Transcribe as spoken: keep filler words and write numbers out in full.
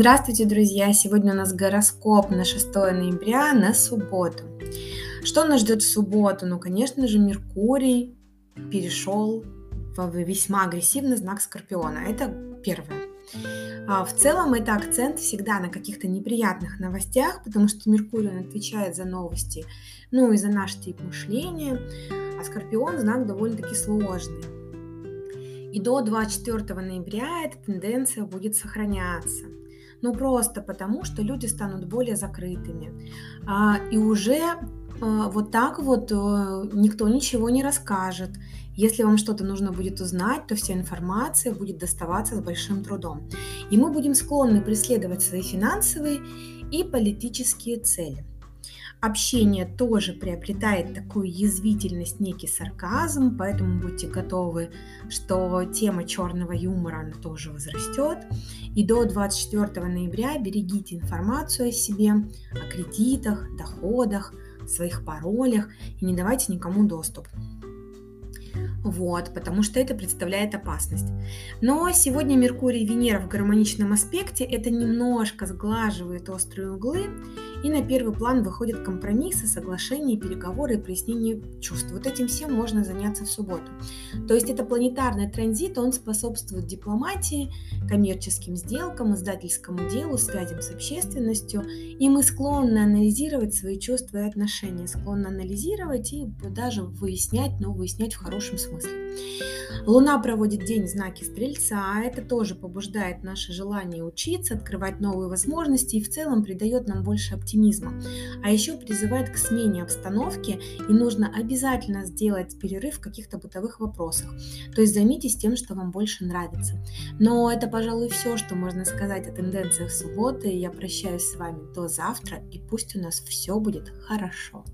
Здравствуйте, друзья! Сегодня у нас гороскоп на шестое ноября, на субботу. Что нас ждет в субботу? Ну, конечно же, Меркурий перешел в весьма агрессивный знак Скорпиона. Это первое. А в целом это акцент всегда на каких-то неприятных новостях, потому что Меркурий он отвечает за новости, ну и за наш тип мышления, а Скорпион знак довольно-таки сложный. И до двадцать четвёртого ноября эта тенденция будет сохраняться. Ну, просто потому, что люди станут более закрытыми. А, и уже а, вот так вот а, никто ничего не расскажет. Если вам что-то нужно будет узнать, то вся информация будет доставаться с большим трудом. И мы будем склонны преследовать свои финансовые и политические цели. Общение тоже приобретает такую язвительность, некий сарказм, поэтому будьте готовы, что тема черного юмора она тоже возрастет. И до двадцать четвёртого ноября берегите информацию о себе, о кредитах, доходах, своих паролях и не давайте никому доступ. Вот, потому что это представляет опасность. Но сегодня Меркурий и Венера в гармоничном аспекте, это немножко сглаживает острые углы, и на первый план выходят компромиссы, соглашения, переговоры и прояснение чувств. Вот этим всем можно заняться в субботу. То есть это планетарный транзит, он способствует дипломатии, коммерческим сделкам, издательскому делу, связям с общественностью. И мы склонны анализировать свои чувства и отношения, склонны анализировать и даже выяснять, но выяснять в хорошем смысле. Луна проводит день в знаке Стрельца, а это тоже побуждает наше желание учиться, открывать новые возможности и в целом придает нам больше оптимизма. А еще призывает к смене обстановки, и нужно обязательно сделать перерыв в каких-то бытовых вопросах. То есть займитесь тем, что вам больше нравится. Но это, пожалуй, все, что можно сказать о тенденциях субботы. Я прощаюсь с вами до завтра, и пусть у нас все будет хорошо.